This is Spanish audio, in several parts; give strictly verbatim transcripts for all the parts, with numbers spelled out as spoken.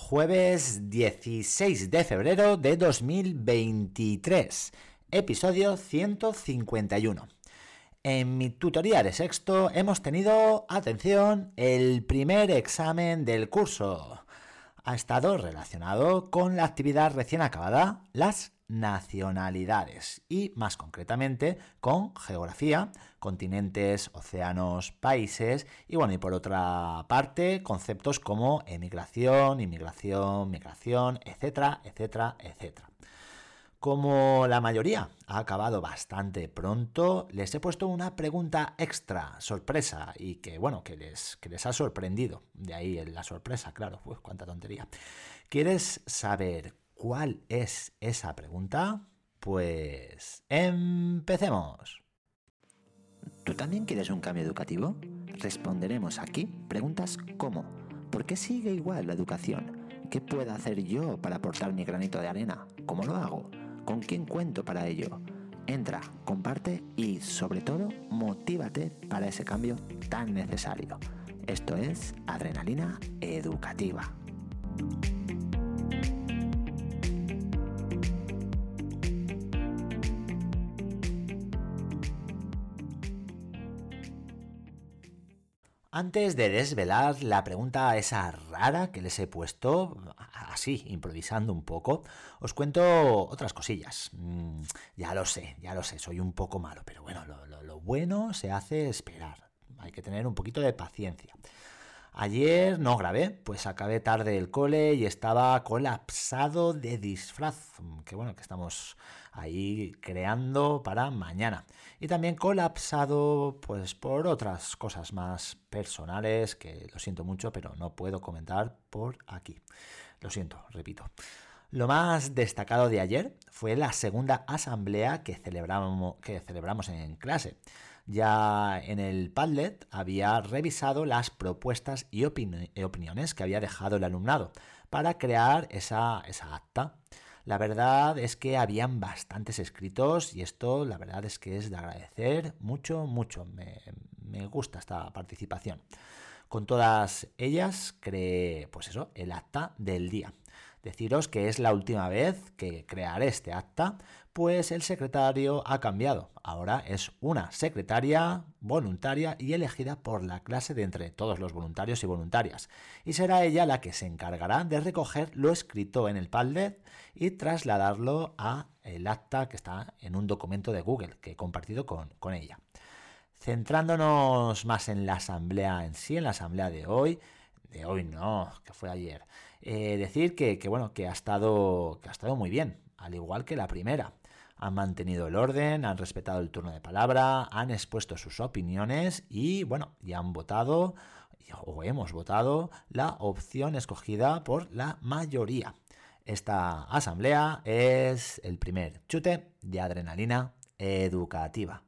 jueves dieciséis de febrero de dos mil veintitrés, episodio ciento cincuenta y uno. En mi tutoría de sexto hemos tenido, atención, el primer examen del curso. Ha estado relacionado con la actividad recién acabada, las nacionalidades, y más concretamente con geografía, continentes, océanos, países, y bueno, y por otra parte, conceptos como emigración, inmigración, migración, etcétera, etcétera, etcétera. Como la mayoría ha acabado bastante pronto, les he puesto una pregunta extra, sorpresa, y que bueno, que les, que les ha sorprendido. De ahí la sorpresa, claro, pues cuánta tontería. ¿Quieres saber cuál es esa pregunta? Pues empecemos. ¿Tú también quieres un cambio educativo? Responderemos aquí preguntas como: ¿por qué sigue igual la educación? ¿Qué puedo hacer yo para aportar mi granito de arena? ¿Cómo lo hago? ¿Con quién cuento para ello? Entra, comparte y, sobre todo, motívate para ese cambio tan necesario. Esto es Adrenalina Educativa. Antes de desvelar la pregunta esa rara que les he puesto, así, improvisando un poco, os cuento otras cosillas. Mm, ya lo sé, ya lo sé, soy un poco malo, pero bueno, lo, lo, lo bueno se hace esperar. Hay que tener un poquito de paciencia. Ayer no grabé, pues acabé tarde el cole y estaba colapsado de disfraz, que bueno, que estamos ahí creando para mañana. Y también colapsado pues por otras cosas más personales que lo siento mucho, pero no puedo comentar por aquí. Lo siento, repito. Lo más destacado de ayer fue la segunda asamblea que celebramos, que celebramos en clase. Ya en el Padlet había revisado las propuestas y opini- opiniones que había dejado el alumnado para crear esa, esa acta. La verdad es que habían bastantes escritos y esto la verdad es que es de agradecer mucho, mucho. Me, me gusta esta participación. Con todas ellas creé, pues eso, el acta del día. Deciros que es la última vez que crearé este acta, pues el secretario ha cambiado. Ahora es una secretaria voluntaria y elegida por la clase de entre todos los voluntarios y voluntarias. Y será ella la que se encargará de recoger lo escrito en el Padlet y trasladarlo a el acta que está en un documento de Google que he compartido con, con ella. Centrándonos más en la asamblea en sí, en la asamblea de hoy, de hoy no, que fue ayer, eh, decir que, que, bueno, que ha estado, que ha estado muy bien, al igual que la primera. Han mantenido el orden, han respetado el turno de palabra, han expuesto sus opiniones y, bueno, ya han votado, o hemos votado, la opción escogida por la mayoría. Esta asamblea es el primer chute de adrenalina educativa.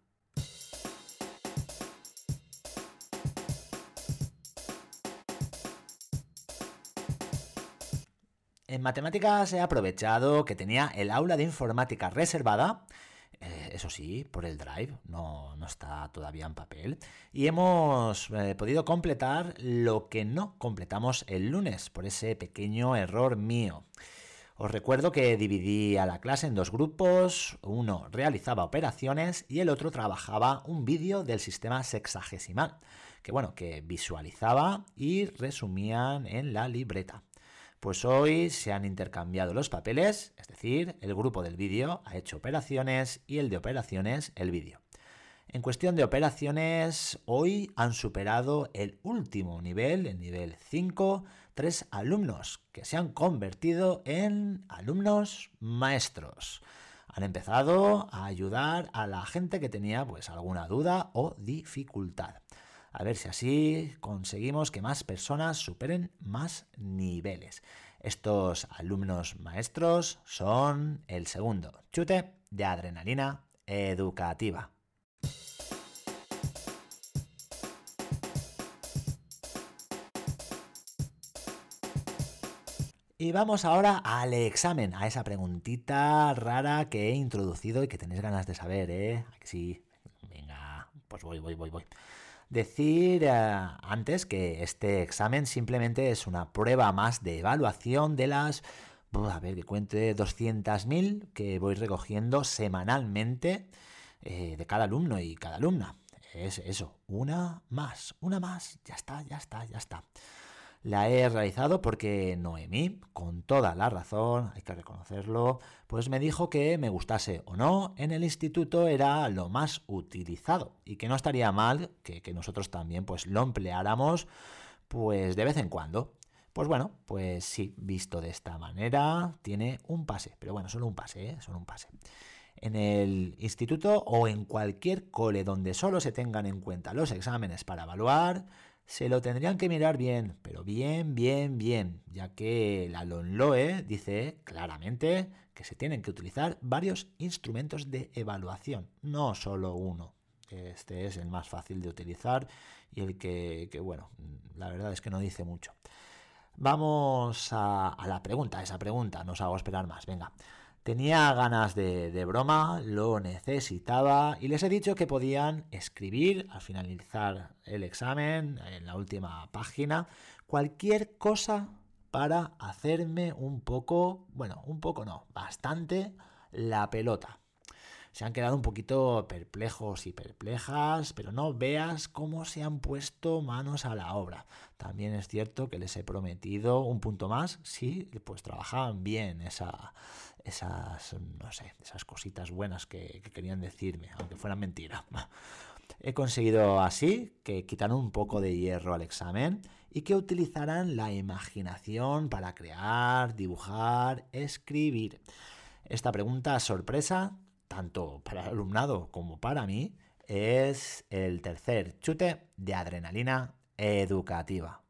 En matemáticas he aprovechado que tenía el aula de informática reservada, eh, eso sí, por el Drive, no, no está todavía en papel, y hemos eh, podido completar lo que no completamos el lunes por ese pequeño error mío. Os recuerdo que dividí a la clase en dos grupos, uno realizaba operaciones y el otro trabajaba un vídeo del sistema sexagesimal, que bueno, que visualizaba y resumían en la libreta. Pues hoy se han intercambiado los papeles, es decir, el grupo del vídeo ha hecho operaciones y el de operaciones el vídeo. En cuestión de operaciones, hoy han superado el último nivel, el nivel cinco, tres alumnos que se han convertido en alumnos maestros. Han empezado a ayudar a la gente que tenía pues alguna duda o dificultad. A ver si así conseguimos que más personas superen más niveles. Estos alumnos maestros son el segundo chute de adrenalina educativa. Y vamos ahora al examen, a esa preguntita rara que he introducido y que tenéis ganas de saber, ¿eh? ¿A que sí? Venga, pues voy, voy, voy, voy. Decir eh, antes que este examen simplemente es una prueba más de evaluación de las, a ver, que cuente doscientas mil que voy recogiendo semanalmente eh, de cada alumno y cada alumna. Es eso, una más, una más, ya está, ya está, ya está. La he realizado porque Noemí, con toda la razón, hay que reconocerlo, pues me dijo que me gustase o no, en el instituto era lo más utilizado y que no estaría mal que, que nosotros también pues lo empleáramos pues de vez en cuando. Pues bueno, pues sí, visto de esta manera, tiene un pase, pero bueno, solo un pase, ¿eh? Solo un pase. En el instituto o en cualquier cole donde solo se tengan en cuenta los exámenes para evaluar, se lo tendrían que mirar bien, pero bien, bien, bien, ya que la LOMLOE dice claramente que se tienen que utilizar varios instrumentos de evaluación, no solo uno. Este es el más fácil de utilizar y el que, que bueno, la verdad es que no dice mucho. Vamos a, a la pregunta, a esa pregunta, no os hago esperar más, venga. Tenía ganas de, de broma, lo necesitaba y les he dicho que podían escribir al finalizar el examen, en la última página, cualquier cosa para hacerme un poco, bueno, un poco no, bastante la pelota. Se han quedado un poquito perplejos y perplejas, pero no veas cómo se han puesto manos a la obra. También es cierto que les he prometido un punto más, sí, pues trabajaban bien esa, esas, no sé, esas cositas buenas que, que querían decirme, aunque fueran mentira. He conseguido así que quitaran un poco de hierro al examen y que utilizaran la imaginación para crear, dibujar, escribir. Esta pregunta sorpresa, tanto para el alumnado como para mí, es el tercer chute de adrenalina educativa.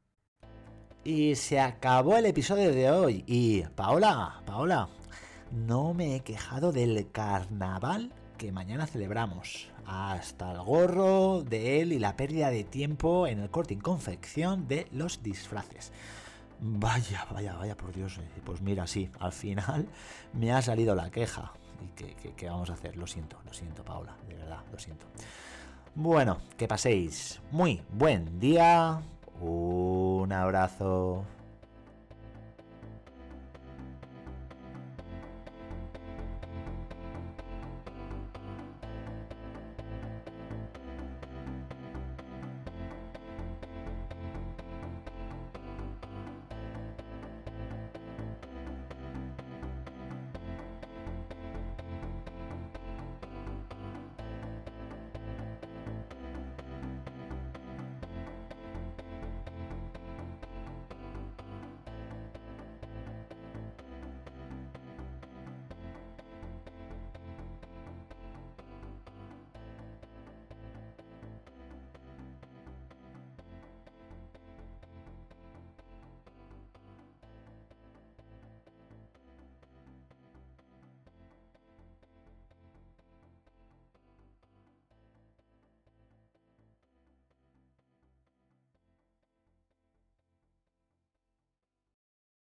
Y se acabó el episodio de hoy. Y Paola, Paola, no me he quejado del carnaval que mañana celebramos. Hasta el gorro de él y la pérdida de tiempo en el corte y confección de los disfraces. Vaya, vaya, vaya, por Dios. Pues mira, sí, al final me ha salido la queja. ¿Y qué, qué, qué vamos a hacer? Lo siento, lo siento, Paola, de verdad, lo siento. Bueno, que paséis muy buen día. Un abrazo.